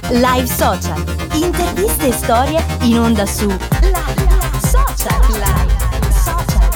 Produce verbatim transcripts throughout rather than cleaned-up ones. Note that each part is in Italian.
Live Social, interviste e storie in onda su Live Social. Live Social.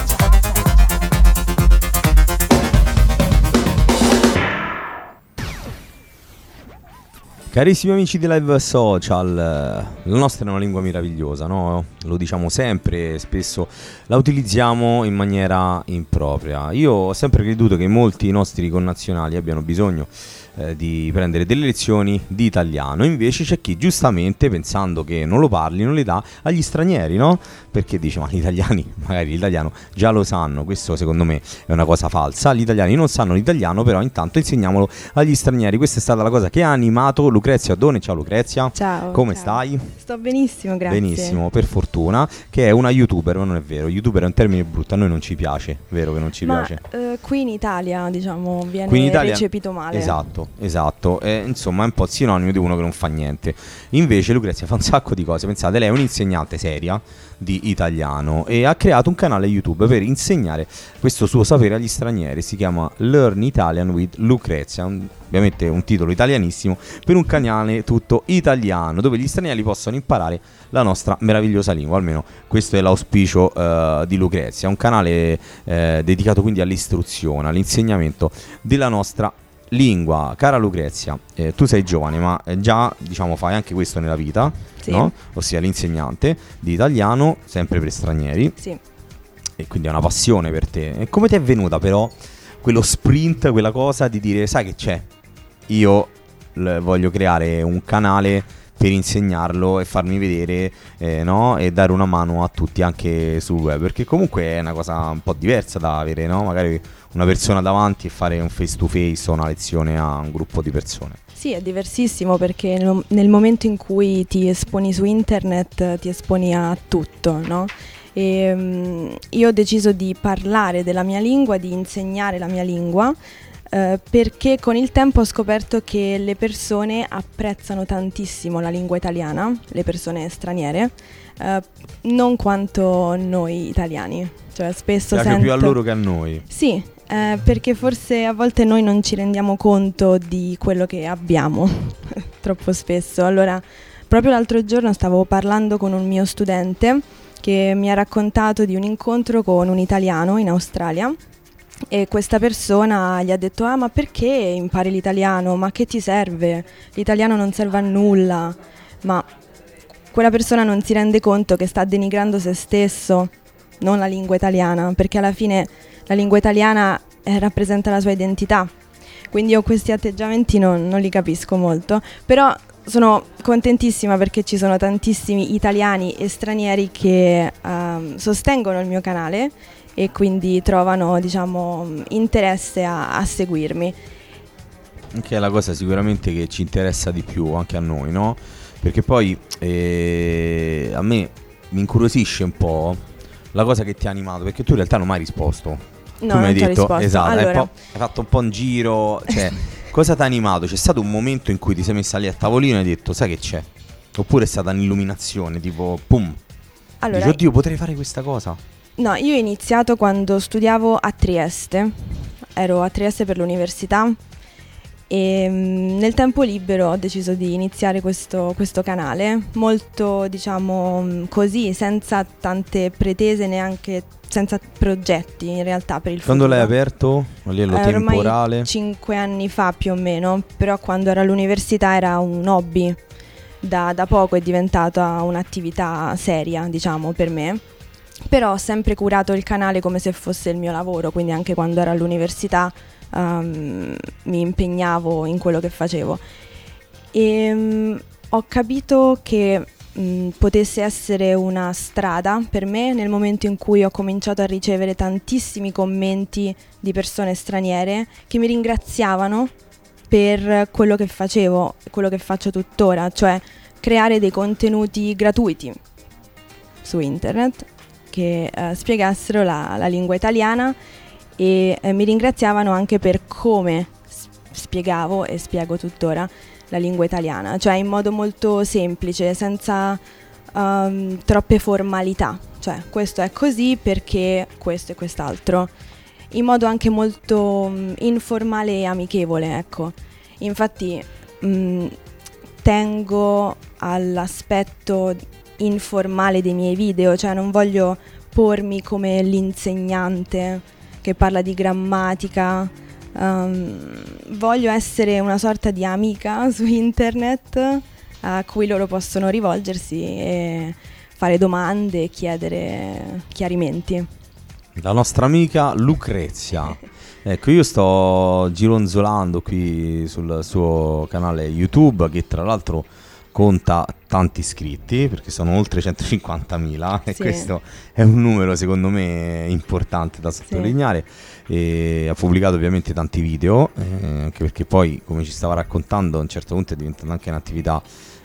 Carissimi amici di Live Social, la nostra è una lingua meravigliosa, no? Lo diciamo sempre, spesso la utilizziamo in maniera impropria. Io ho sempre creduto che molti nostri connazionali abbiano bisogno eh, di prendere delle lezioni di italiano. Invece c'è chi giustamente, pensando che non lo parli, non le dà agli stranieri, no? Perché dice, ma gli italiani magari l'italiano già lo sanno. Questo secondo me è una cosa falsa. Gli italiani non sanno l'italiano, però intanto insegniamolo agli stranieri. Questa è stata la cosa che ha animato Lucrezia Oddone. Ciao Lucrezia. Ciao. Come ciao. stai? Sto benissimo, grazie. Benissimo, per fortuna. Che è una youtuber, ma non è vero. Youtuber è un termine brutto, a noi non ci piace. Vero che non ci ma, piace? Eh, qui in Italia, diciamo, viene Qui in Italia, recepito male. Esatto, esatto. Eh, insomma, è un po' il sinonimo di uno che non fa niente. Invece Lucrezia fa un sacco di cose. Pensate, lei è un'insegnante seria di italiano e ha creato un canale YouTube per insegnare questo suo sapere agli stranieri. Si chiama Learn Italian with Lucrezia, un, ovviamente un titolo italianissimo per un canale tutto italiano dove gli stranieri possono imparare la nostra meravigliosa lingua. Almeno questo è l'auspicio uh, di Lucrezia, un canale uh, dedicato quindi all'istruzione, all'insegnamento della nostra lingua. Cara Lucrezia, eh, tu sei giovane ma eh, già diciamo fai anche questo nella vita, sì. No? Ossia l'insegnante di italiano sempre per stranieri, sì. E quindi è una passione per te. E come ti è venuta però quello sprint, quella cosa di dire sai che c'è, io l- voglio creare un canale per insegnarlo e farmi vedere, eh, no? E dare una mano a tutti anche sul web, perché comunque è una cosa un po' diversa da avere, no? Magari una persona davanti e fare un face to face o una lezione a un gruppo di persone. Sì, è diversissimo perché nel, nel momento in cui ti esponi su internet ti esponi a tutto, no? E, um, io ho deciso di parlare della mia lingua, di insegnare la mia lingua, Uh, perché con il tempo ho scoperto che le persone apprezzano tantissimo la lingua italiana, le persone straniere, uh, non quanto noi italiani. Cioè spesso Piace sento... più a loro che a noi. Sì, uh, perché forse a volte noi non ci rendiamo conto di quello che abbiamo, troppo spesso. Allora, proprio l'altro giorno stavo parlando con un mio studente che mi ha raccontato di un incontro con un italiano in Australia. E questa persona gli ha detto ah ma perché impari l'italiano, ma che ti serve, l'italiano non serve a nulla, ma quella persona non si rende conto che sta denigrando se stesso, non la lingua italiana, perché alla fine la lingua italiana eh, rappresenta la sua identità, quindi io questi atteggiamenti non, non li capisco molto, però sono contentissima perché ci sono tantissimi italiani e stranieri che um, sostengono il mio canale e quindi trovano, diciamo, interesse a, a seguirmi. Che è la cosa sicuramente che ci interessa di più anche a noi, no? Perché poi eh, a me mi incuriosisce un po' la cosa che ti ha animato, perché tu in realtà non mi hai risposto. No, tu mi non hai ti ho detto, risposto. esatto, Allora. hai, po- hai fatto un po' un giro, cioè cosa ti ha animato? C'è stato un momento in cui ti sei messa lì a tavolino e hai detto sai che c'è? Oppure è stata un'illuminazione, tipo pum, allora, dici oddio potrei fare questa cosa? No, io ho iniziato quando studiavo a Trieste, ero a Trieste per l'università e mh, nel tempo libero ho deciso di iniziare questo, questo canale, molto diciamo mh, così, senza tante pretese, neanche senza progetti in realtà per il Quando futuro. l'hai aperto? A livello Eh, temporale? Ormai cinque anni fa più o meno, però quando ero all'università era un hobby, da, da poco è diventata un'attività seria diciamo per me. Però ho sempre curato il canale come se fosse il mio lavoro, quindi anche quando ero all'università um, mi impegnavo in quello che facevo. E um, ho capito che um, potesse essere una strada per me nel momento in cui ho cominciato a ricevere tantissimi commenti di persone straniere che mi ringraziavano per quello che facevo, quello che faccio tuttora, cioè creare dei contenuti gratuiti su internet che eh, spiegassero la, la lingua italiana e eh, mi ringraziavano anche per come s- spiegavo e spiego tuttora la lingua italiana, cioè in modo molto semplice, senza um, troppe formalità, cioè questo è così perché questo e quest'altro, in modo anche molto um, informale e amichevole, ecco. Infatti um, tengo all'aspetto informale dei miei video, cioè non voglio pormi come l'insegnante che parla di grammatica, um, voglio essere una sorta di amica su internet a cui loro possono rivolgersi e fare domande e chiedere chiarimenti. La nostra amica Lucrezia. Ecco, io sto gironzolando qui sul suo canale YouTube, che tra l'altro conta tanti iscritti, perché sono oltre centocinquantamila, e sì. questo è un numero secondo me importante da sottolineare. Sì. E ha pubblicato ovviamente tanti video, eh, anche perché poi, come ci stava raccontando, a un certo punto è diventata anche un'attività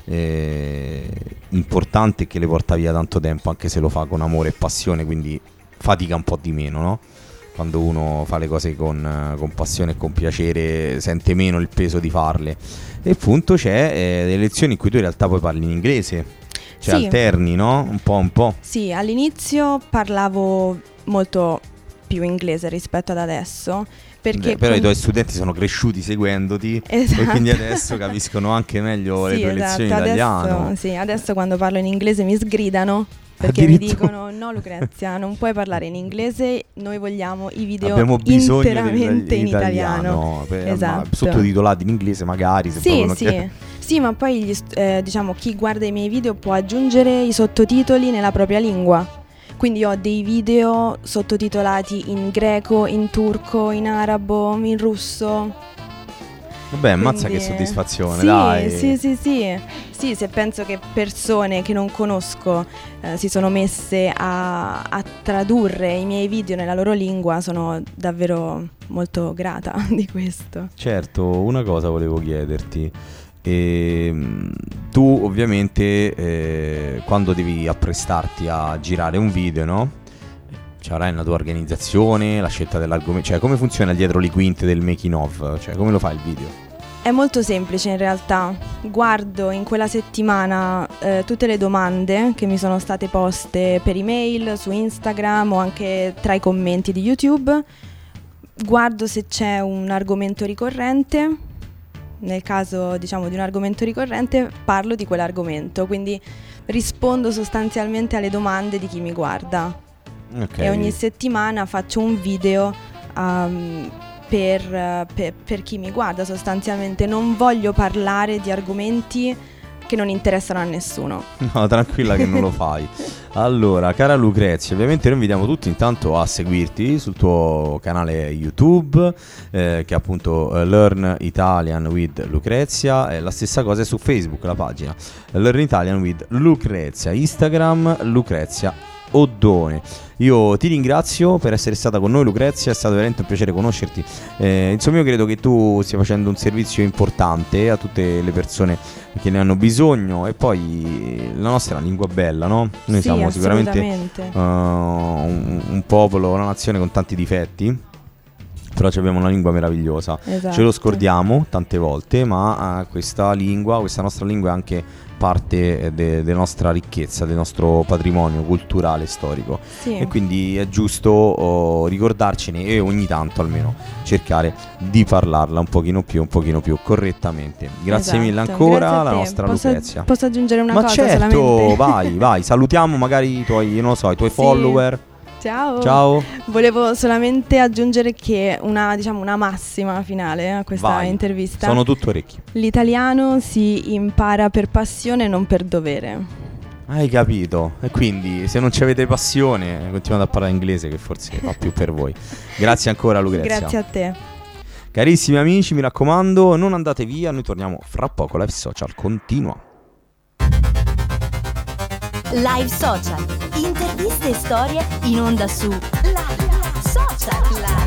eh, importante che le porta via tanto tempo, anche se lo fa con amore e passione, quindi fatica un po' di meno, no? Quando uno fa le cose con, con passione e con piacere sente meno il peso di farle. E appunto c'è eh, delle lezioni in cui tu in realtà poi parli in inglese, cioè sì. alterni, no? Un po' un po'. Sì, all'inizio parlavo molto più inglese rispetto ad adesso, perché Beh, però com- i tuoi studenti sono cresciuti seguendoti, esatto. E quindi adesso capiscono anche meglio sì, le tue esatto. lezioni in adesso, italiano. Sì, adesso quando parlo in inglese mi sgridano, perché mi dicono: no Lucrezia, non puoi parlare in inglese, noi vogliamo i video Abbiamo bisogno interamente in italiano, italiano. per, Esatto. sottotitolati in inglese magari, se sì, non sì. che... sì, ma poi gli, eh, diciamo chi guarda i miei video può aggiungere i sottotitoli nella propria lingua. Quindi ho dei video sottotitolati in greco, in turco, in arabo, in russo. Vabbè, ammazza Quindi, che soddisfazione, sì, dai. Sì, sì, sì. Sì, se penso che persone che non conosco eh, si sono messe a, a tradurre i miei video nella loro lingua, sono davvero molto grata di questo. Certo, una cosa volevo chiederti. E, tu ovviamente eh, quando devi apprestarti a girare un video, no? Ci avrai una tua organizzazione, la scelta dell'argomento, cioè come funziona dietro le quinte del making of, cioè come lo fai il video? È molto semplice in realtà, guardo in quella settimana eh, tutte le domande che mi sono state poste per email, su Instagram o anche tra i commenti di YouTube, guardo se c'è un argomento ricorrente. Nel caso, diciamo, di un argomento ricorrente, parlo di quell'argomento, quindi rispondo sostanzialmente alle domande di chi mi guarda. Okay. E ogni settimana faccio un video um, per, per, per chi mi guarda. Sostanzialmente non voglio parlare di argomenti che non interessano a nessuno. No, tranquilla che non lo fai. Allora, cara Lucrezia, ovviamente noi invitiamo tutti intanto a seguirti sul tuo canale YouTube, eh, che è appunto uh, Learn Italian with Lucrezia, e la stessa cosa è su Facebook, la pagina Learn Italian with Lucrezia, Instagram Lucrezia Oddone. Io ti ringrazio per essere stata con noi, Lucrezia, è stato veramente un piacere conoscerti. Eh, insomma, io credo che tu stia facendo un servizio importante a tutte le persone che ne hanno bisogno, e poi la nostra è una lingua bella, no? Noi sì, siamo sicuramente uh, un, un popolo, una nazione con tanti difetti, però abbiamo una lingua meravigliosa. Esatto. Ce lo scordiamo tante volte, ma uh, questa lingua, questa nostra lingua è anche parte de- della nostra ricchezza, del nostro patrimonio culturale e storico. Sì. E quindi è giusto oh, ricordarcene, e ogni tanto almeno cercare di parlarla un pochino più, un pochino più correttamente. Grazie esatto. mille ancora alla Grazie nostra posso, Lucrezia. Posso aggiungere una Ma cosa certo, solamente? vai, vai, salutiamo magari i tuoi, non lo so, i tuoi Sì. follower. Ciao. Ciao. Volevo solamente aggiungere che una, diciamo, una massima finale a questa Vai. intervista. Sono tutto orecchi. L'italiano si impara per passione, non per dovere. Hai capito? E quindi se non ci avete passione, continuate a parlare inglese, che forse fa più per voi. Grazie ancora, Lucrezia. Grazie a te. Carissimi amici, mi raccomando, non andate via, noi torniamo fra poco. Live Social continua. Live Social, interviste e storie in onda su Live Social Live.